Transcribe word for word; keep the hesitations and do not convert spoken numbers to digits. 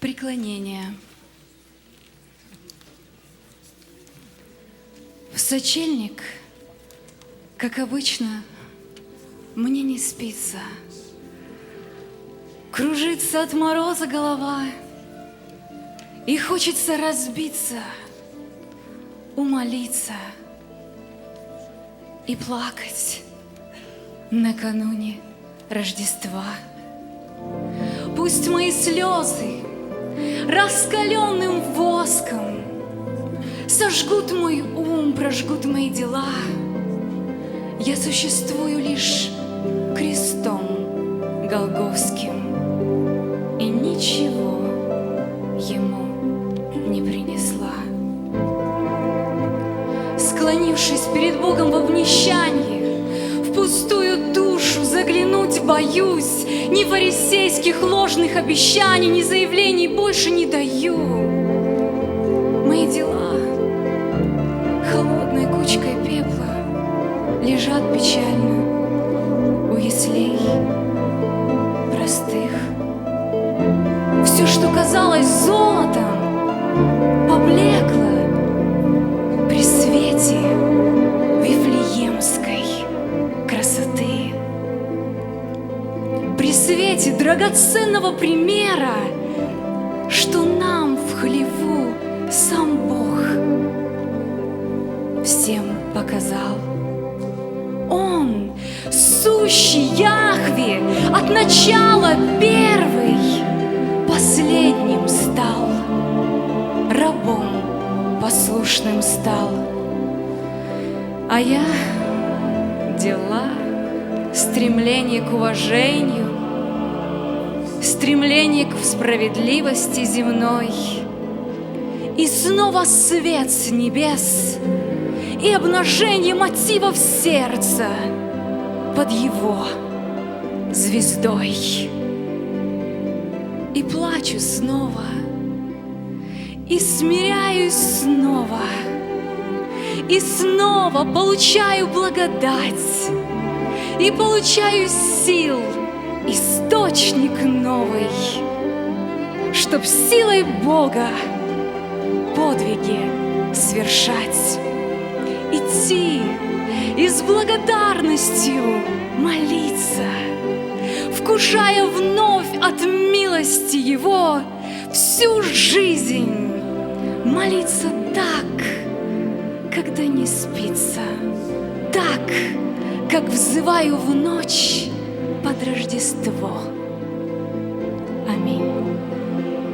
Преклонение. В сочельник, как обычно, мне не спится. Кружится от мороза голова, и хочется разбиться, умолиться и плакать накануне Рождества. Пусть мои слезы раскаленным воском сожгут мой ум, прожгут мои дела. Я существую лишь крестом голгофским и ничего ему не принесла. Склонившись перед Богом во внищании, в пустую душу заглянуть боюсь. Ни фарисейских ложных обещаний, ни заявлений больше не даю. Мои дела холодной кучкой пепла лежат печально у яслей простых. Все, что казалось золотом, поблекло при свете вифлеемской красоты, при свете драгоценного примера, что нам в хлеву сам Бог всем показал. Он, сущий Яхве, от начала первый, последним стал, рабом послушным стал. А я дела, стремление к уважению, стремление к справедливости земной, и снова свет с небес и обнажение мотивов сердца под его звездой. И плачу снова, и смиряюсь снова, и снова получаю благодать, и получаю сил, источник новый, чтоб силой Бога подвиги свершать, идти и с благодарностью молиться, вкушая вновь от милости Его всю жизнь, молиться так, когда не спится, так, как взываю в ночь под Рождество. Аминь.